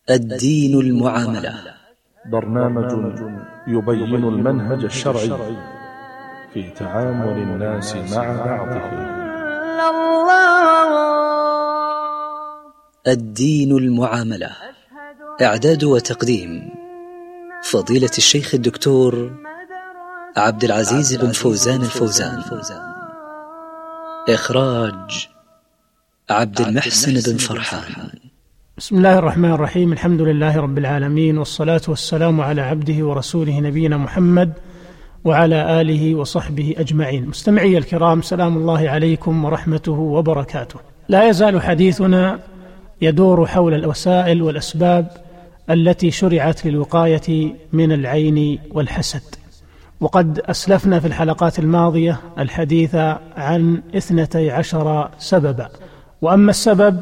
الدين المعاملة، برنامج يبين المنهج الشرعي في تعامل الناس مع بعضهم. الدين المعاملة، إعداد وتقديم فضيلة الشيخ الدكتور عبد العزيز بن فوزان الفوزان، إخراج عبد المحسن بن فرحان. بسم الله الرحمن الرحيم. الحمد لله رب العالمين، والصلاة والسلام على عبده ورسوله نبينا محمد وعلى آله وصحبه أجمعين. مستمعي الكرام، سلام الله عليكم ورحمته وبركاته. لا يزال حديثنا يدور حول الوسائل والأسباب التي شرعت للوقاية من العين والحسد، وقد أسلفنا في الحلقات الماضية الحديث عن 12 سببا، وأما السبب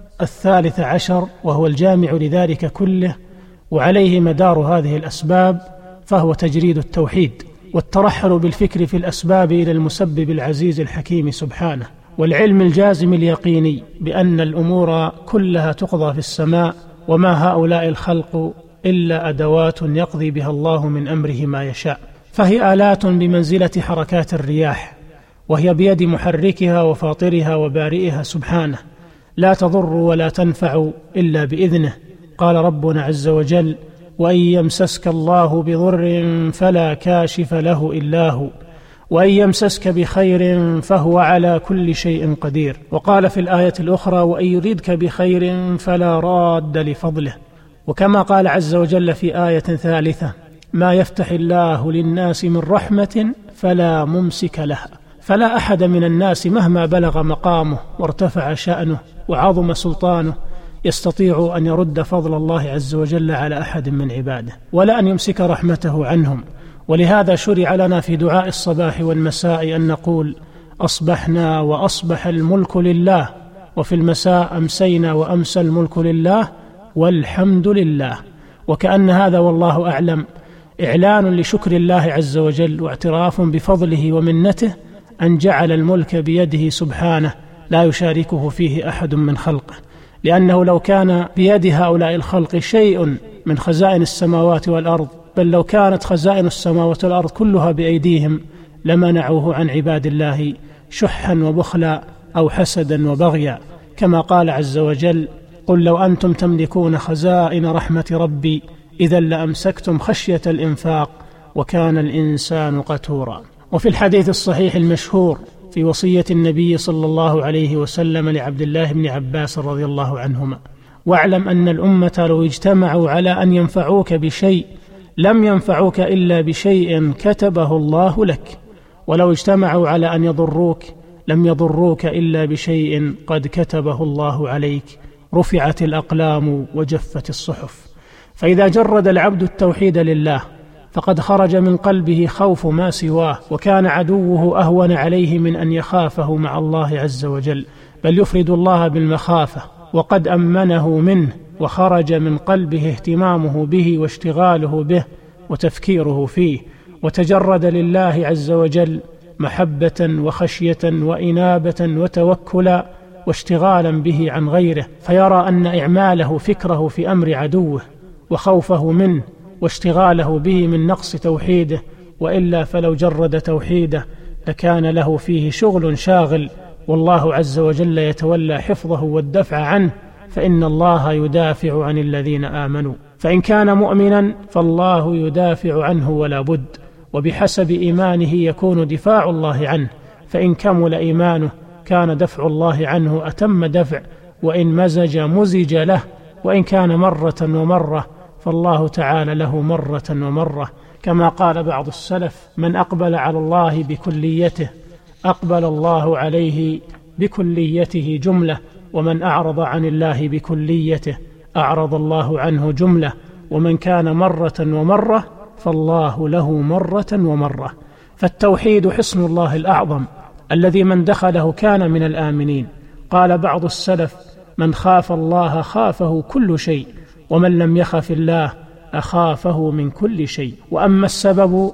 13 وهو الجامع لذلك كله وعليه مدار هذه الأسباب فهو تجريد التوحيد والترحل بالفكر في الأسباب إلى المسبب العزيز الحكيم سبحانه، والعلم الجازم اليقيني بأن الأمور كلها تقضى في السماء، وما هؤلاء الخلق إلا أدوات يقضي بها الله من أمره ما يشاء، فهي آلات بمنزلة حركات الرياح، وهي بيد محركها وفاطرها وبارئها سبحانه، لا تضر ولا تنفع إلا بإذنه. قال ربنا عز وجل: وإن يمسسك الله بضر فلا كاشف له إلا هو، وإن يمسسك بخير فهو على كل شيء قدير. وقال في الآية الأخرى: وإن يردك بخير فلا راد لفضله. وكما قال عز وجل في آية ثالثة: ما يفتح الله للناس من رحمة فلا ممسك لها. فلا أحد من الناس مهما بلغ مقامه وارتفع شأنه وعظم سلطانه يستطيع أن يرد فضل الله عز وجل على أحد من عباده، ولا أن يمسك رحمته عنهم. ولهذا شرع لنا في دعاء الصباح والمساء أن نقول: أصبحنا وأصبح الملك لله، وفي المساء أمسينا وأمسى الملك لله والحمد لله. وكأن هذا والله أعلم إعلان لشكر الله عز وجل واعتراف بفضله ومنته أن جعل الملك بيده سبحانه لا يشاركه فيه أحد من خلقه، لأنه لو كان بيد هؤلاء الخلق شيء من خزائن السماوات والأرض، بل لو كانت خزائن السماوات والأرض كلها بأيديهم لمنعوه عن عباد الله شحا وبخلا أو حسدا وبغيا، كما قال عز وجل: قل لو أنتم تملكون خزائن رحمة ربي إذا لأمسكتم خشية الإنفاق وكان الإنسان قتورا. وفي الحديث الصحيح المشهور في وصية النبي صلى الله عليه وسلم لعبد الله بن عباس رضي الله عنهما: واعلم أن الأمة لو اجتمعوا على أن ينفعوك بشيء لم ينفعوك إلا بشيء كتبه الله لك، ولو اجتمعوا على أن يضروك لم يضروك إلا بشيء قد كتبه الله عليك، رفعت الأقلام وجفت الصحف. فإذا جرد العبد التوحيد لله فقد خرج من قلبه خوف ما سواه، وكان عدوه أهون عليه من أن يخافه مع الله عز وجل، بل يفرد الله بالمخافة، وقد أمنه منه، وخرج من قلبه اهتمامه به واشتغاله به وتفكيره فيه، وتجرد لله عز وجل محبة وخشية وإنابة وتوكلا واشتغالا به عن غيره، فيرى أن إعماله فكره في أمر عدوه وخوفه منه واشتغاله به من نقص توحيده، وإلا فلو جرد توحيده لكان له فيه شغل شاغل، والله عز وجل يتولى حفظه والدفع عنه، فإن الله يدافع عن الذين آمنوا، فإن كان مؤمنا فالله يدافع عنه ولا بد، وبحسب إيمانه يكون دفاع الله عنه، فإن كمل إيمانه كان دفع الله عنه أتم دفع، وإن مزج له، وإن كان مرة ومرة فالله تعالى له مرة ومرة، كما قال بعض السلف: من أقبل على الله بكليته أقبل الله عليه بكليته جملة، ومن أعرض عن الله بكليته أعرض الله عنه جملة، ومن كان مرة ومرة فالله له مرة ومرة. فالتوحيد حصن الله الأعظم الذي من دخله كان من الآمنين. قال بعض السلف: من خاف الله خافه كل شيء، ومن لم يخف الله أخافه من كل شيء. وأما السبب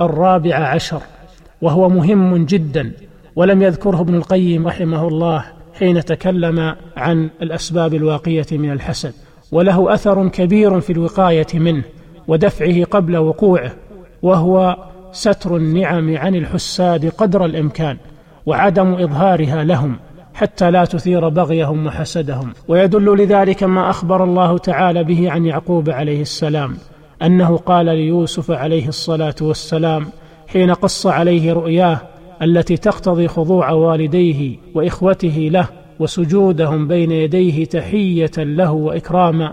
14 وهو مهم جدا، ولم يذكره ابن القيم رحمه الله حين تكلم عن الأسباب الواقية من الحسد، وله أثر كبير في الوقاية منه ودفعه قبل وقوعه، وهو ستر النعم عن الحساد قدر الإمكان وعدم إظهارها لهم حتى لا تثير بغيهم وحسدهم. ويدل لذلك ما أخبر الله تعالى به عن يعقوب عليه السلام، أنه قال ليوسف عليه الصلاة والسلام حين قص عليه رؤياه التي تقتضي خضوع والديه وإخوته له وسجودهم بين يديه تحية له وإكراما: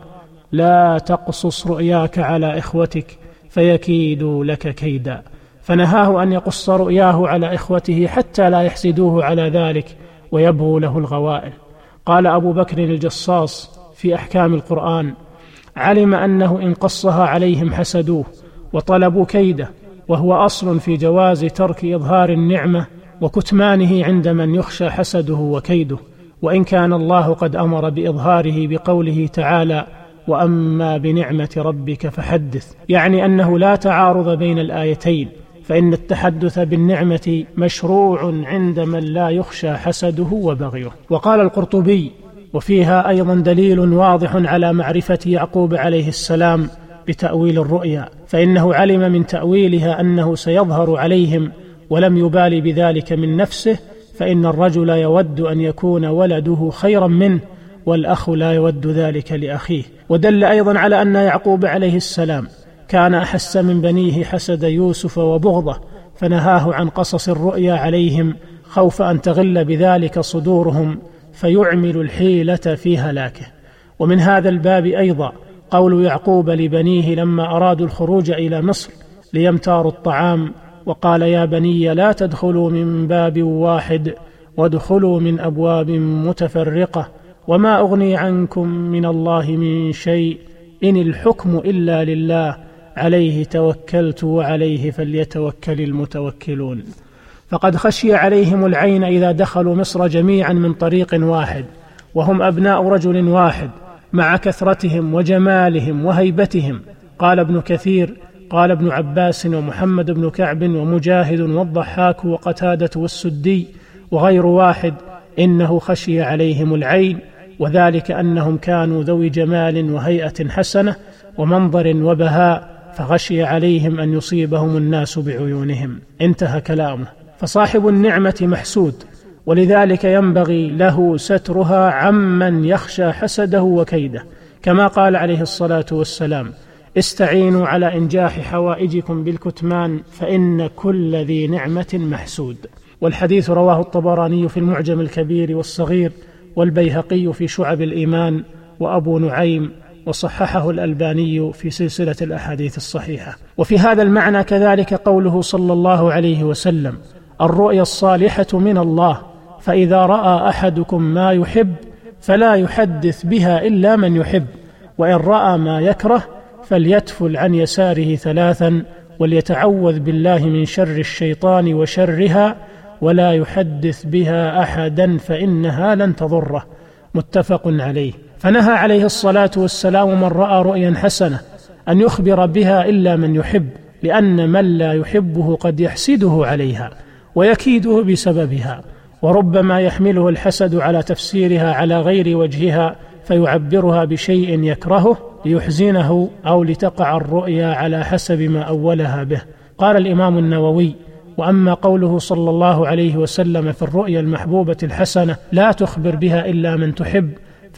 لا تقصص رؤياك على إخوتك فيكيدوا لك كيدا. فنهاه أن يقص رؤياه على إخوته حتى لا يحسدوه على ذلك ويبغوا له الغوائل. قال أبو بكر الجصاص في أحكام القرآن: علم أنه إن قصها عليهم حسدوه وطلبوا كيده، وهو أصل في جواز ترك إظهار النعمة وكتمانه عند من يخشى حسده وكيده، وإن كان الله قد أمر بإظهاره بقوله تعالى: وأما بنعمة ربك فحدث، يعني أنه لا تعارض بين الآيتين، فإن التحدث بالنعمة مشروع عند من لا يخشى حسده وبغيه. وقال القرطبي: وفيها أيضا دليل واضح على معرفة يعقوب عليه السلام بتأويل الرؤيا، فإنه علم من تأويلها أنه سيظهر عليهم ولم يبالي بذلك من نفسه، فإن الرجل يود أن يكون ولده خيرا منه، والأخ لا يود ذلك لأخيه. ودل أيضا على أن يعقوب عليه السلام كان أحس من بنيه حسد يوسف وبغضه، فنهاه عن قصص الرؤيا عليهم خوف أن تغل بذلك صدورهم فيعمل الحيلة في هلاكه. ومن هذا الباب أيضا قول يعقوب لبنيه لما أرادوا الخروج إلى مصر ليمتاروا الطعام: وقال يا بني لا تدخلوا من باب واحد وادخلوا من أبواب متفرقة وما أغني عنكم من الله من شيء إن الحكم إلا لله عليه توكلت وعليه فليتوكل المتوكلون. فقد خشي عليهم العين إذا دخلوا مصر جميعا من طريق واحد، وهم أبناء رجل واحد مع كثرتهم وجمالهم وهيبتهم. قال ابن كثير: قال ابن عباس ومحمد بن كعب ومجاهد والضحاك وقتادة والسدي وغير واحد: إنه خشي عليهم العين، وذلك أنهم كانوا ذوي جمال وهيئة حسنة ومنظر وبهاء، فخشي عليهم أن يصيبهم الناس بعيونهم. انتهى كلامه. فصاحب النعمة محسود، ولذلك ينبغي له سترها عمن يخشى حسده وكيده، كما قال عليه الصلاة والسلام: استعينوا على إنجاح حوائجكم بالكتمان فإن كل ذي نعمة محسود. والحديث رواه الطبراني في المعجم الكبير والصغير، والبيهقي في شعب الإيمان، وأبو نعيم، وصححه الألباني في سلسلة الأحاديث الصحيحة. وفي هذا المعنى كذلك قوله صلى الله عليه وسلم: الرؤيا الصالحة من الله، فإذا رأى أحدكم ما يحب فلا يحدث بها إلا من يحب، وإن رأى ما يكره فليتفل عن يساره 3 وليتعوذ بالله من شر الشيطان وشرها ولا يحدث بها أحدا فإنها لن تضره. متفق عليه. فنهى عليه الصلاة والسلام من رأى رؤيا حسنة أن يخبر بها إلا من يحب، لأن من لا يحبه قد يحسده عليها ويكيده بسببها، وربما يحمله الحسد على تفسيرها على غير وجهها فيعبرها بشيء يكرهه ليحزنه أو لتقع الرؤيا على حسب ما أولها به. قال الإمام النووي: وأما قوله صلى الله عليه وسلم في الرؤيا المحبوبة الحسنة لا تخبر بها إلا من تحب،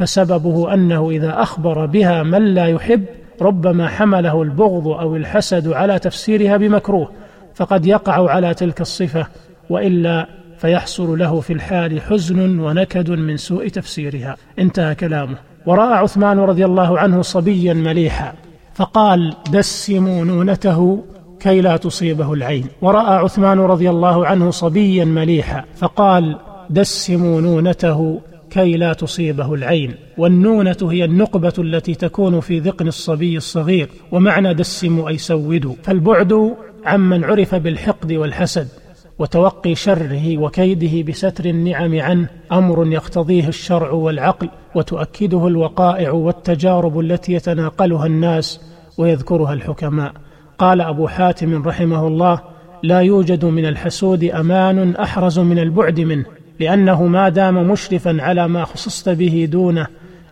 فسببه أنه إذا أخبر بها من لا يحب ربما حمله البغض أو الحسد على تفسيرها بمكروه، فقد يقع على تلك الصفة، وإلا فيحصل له في الحال حزن ونكد من سوء تفسيرها. انتهى كلامه. ورأى عثمان رضي الله عنه صبيا مليحا فقال: دسموا نونته كي لا تصيبه العين. ورأى عثمان رضي الله عنه صبيا مليحا فقال: دسموا نونته كي لا تصيبه العين. والنونة هي النقبة التي تكون في ذقن الصبي الصغير، ومعنى دسموا أي سودوا. فالبعد عمن عرف بالحقد والحسد وتوقي شره وكيده بستر النعم عنه أمر يقتضيه الشرع والعقل، وتؤكده الوقائع والتجارب التي يتناقلها الناس ويذكرها الحكماء. قال أبو حاتم رحمه الله: لا يوجد من الحسود أمان أحرز من البعد منه، لأنه ما دام مشرفا على ما خصصت به دونه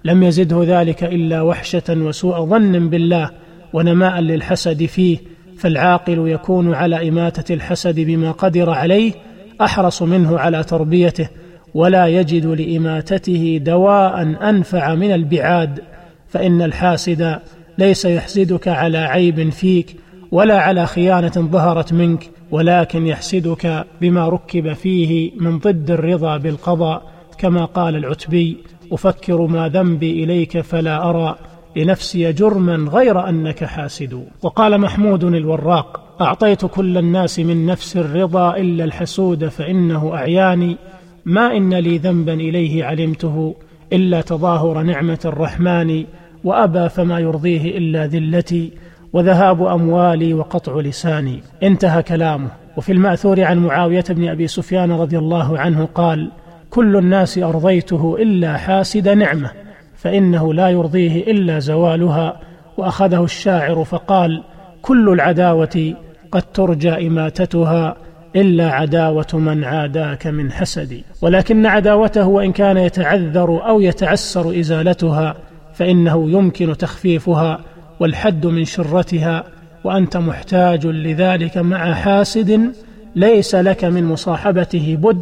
لم يزده ذلك إلا وحشة وسوء ظن بالله ونماء للحسد فيه، فالعاقل يكون على إماتة الحسد بما قدر عليه أحرص منه على تربيته، ولا يجد لإماتته دواء أنفع من البعاد، فإن الحاسد ليس يحسدك على عيب فيك ولا على خيانة ظهرت منك، ولكن يحسدك بما ركب فيه من ضد الرضا بالقضاء، كما قال العتبي: أفكر ما ذنبي إليك فلا أرى لنفسي جرما غير أنك حاسد. وقال محمود الوراق: أعطيت كل الناس من نفس الرضا إلا الحسود فإنه أعياني، ما إن لي ذنبا إليه علمته إلا تظاهر نعمة الرحمن، وأبى فما يرضيه إلا ذلتي وذهاب أموالي وقطع لساني. انتهى كلامه. وفي المأثور عن معاوية بن أبي سفيان رضي الله عنه قال: كل الناس أرضيته إلا حاسد نعمة، فإنه لا يرضيه إلا زوالها. وأخذه الشاعر فقال: كل العداوة قد ترجى إماتتها إلا عداوة من عاداك من حسد. ولكن عداوته وإن كان يتعذر أو يتعسر إزالتها فإنه يمكن تخفيفها والحد من شرتها، وأنت محتاج لذلك مع حاسد ليس لك من مصاحبته بد،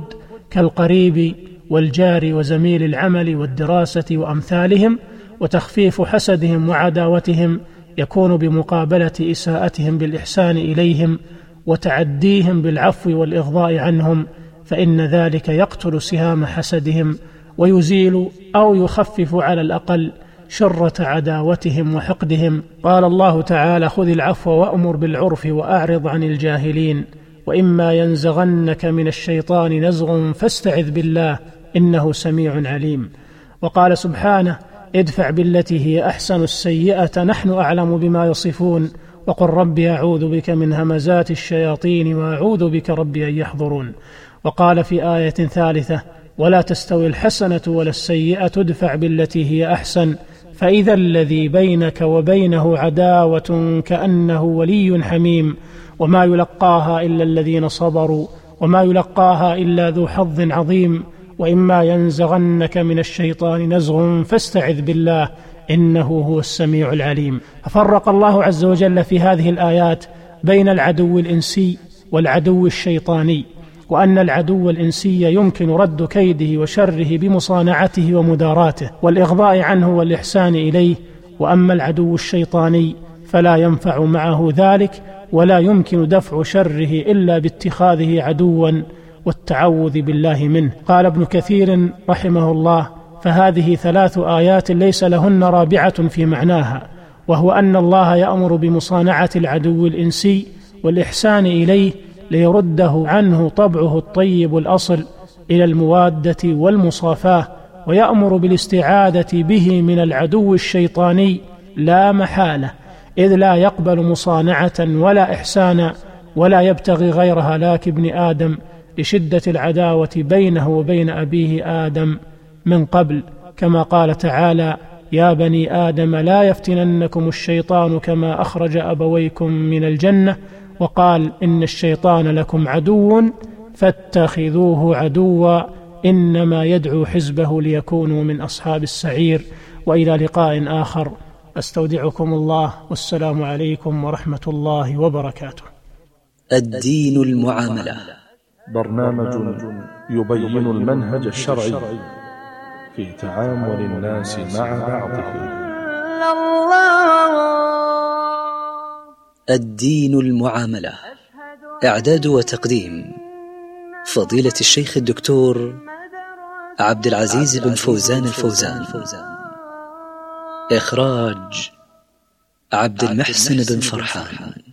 كالقريب والجار وزميل العمل والدراسة وأمثالهم. وتخفيف حسدهم وعداوتهم يكون بمقابلة إساءتهم بالإحسان إليهم وتعديهم بالعفو والإغضاء عنهم، فإن ذلك يقتل سهام حسدهم ويزيل أو يخفف على الأقل شرة عداوتهم وحقدهم. قال الله تعالى: خذ العفو وأمر بالعرف وأعرض عن الجاهلين، وإما ينزغنك من الشيطان نزغ فاستعذ بالله إنه سميع عليم. وقال سبحانه: ادفع بالتي هي أحسن السيئة نحن أعلم بما يصفون، وقل ربي أعوذ بك من همزات الشياطين وأعوذ بك ربي أن يحضرون. وقال في آية ثالثة: ولا تستوي الحسنة ولا السيئة ادفع بالتي هي أحسن فإذا الذي بينك وبينه عداوة كأنه ولي حميم، وما يلقاها إلا الذين صبروا وما يلقاها إلا ذو حظ عظيم، وإما ينزغنك من الشيطان نزغ فاستعذ بالله إنه هو السميع العليم. ففرق الله عز وجل في هذه الآيات بين العدو الإنسي والعدو الشيطاني، وأن العدو الإنسي يمكن رد كيده وشره بمصانعته ومداراته والإغضاء عنه والإحسان إليه، وأما العدو الشيطاني فلا ينفع معه ذلك، ولا يمكن دفع شره إلا باتخاذه عدوا والتعوذ بالله منه. قال ابن كثير رحمه الله: فهذه 3 آيات ليس لهن رابعة في معناها، وهو أن الله يأمر بمصانعة العدو الإنسي والإحسان إليه ليرده عنه طبعه الطيب الأصل إلى الموادة والمصافاة، ويأمر بالاستعادة به من العدو الشيطاني لا محالة، إذ لا يقبل مصانعة ولا إحسانا ولا يبتغي غير هلاك ابن آدم لشدة العداوة بينه وبين أبيه آدم من قبل، كما قال تعالى: يا بني آدم لا يفتننكم الشيطان كما أخرج أبويكم من الجنة، وقال: إن الشيطان لكم عدو فاتخذوه عدوا إنما يدعو حزبه ليكونوا من أصحاب السعير. وإلى لقاء آخر، أستودعكم الله، والسلام عليكم ورحمة الله وبركاته. الدين المعاملة، برنامج يبين المنهج الشرعي في تعامل الناس مع بعضهم. الدين المعاملة، إعداد وتقديم فضيلة الشيخ الدكتور عبد العزيز بن فوزان الفوزان، إخراج عبد المحسن بن فرحان.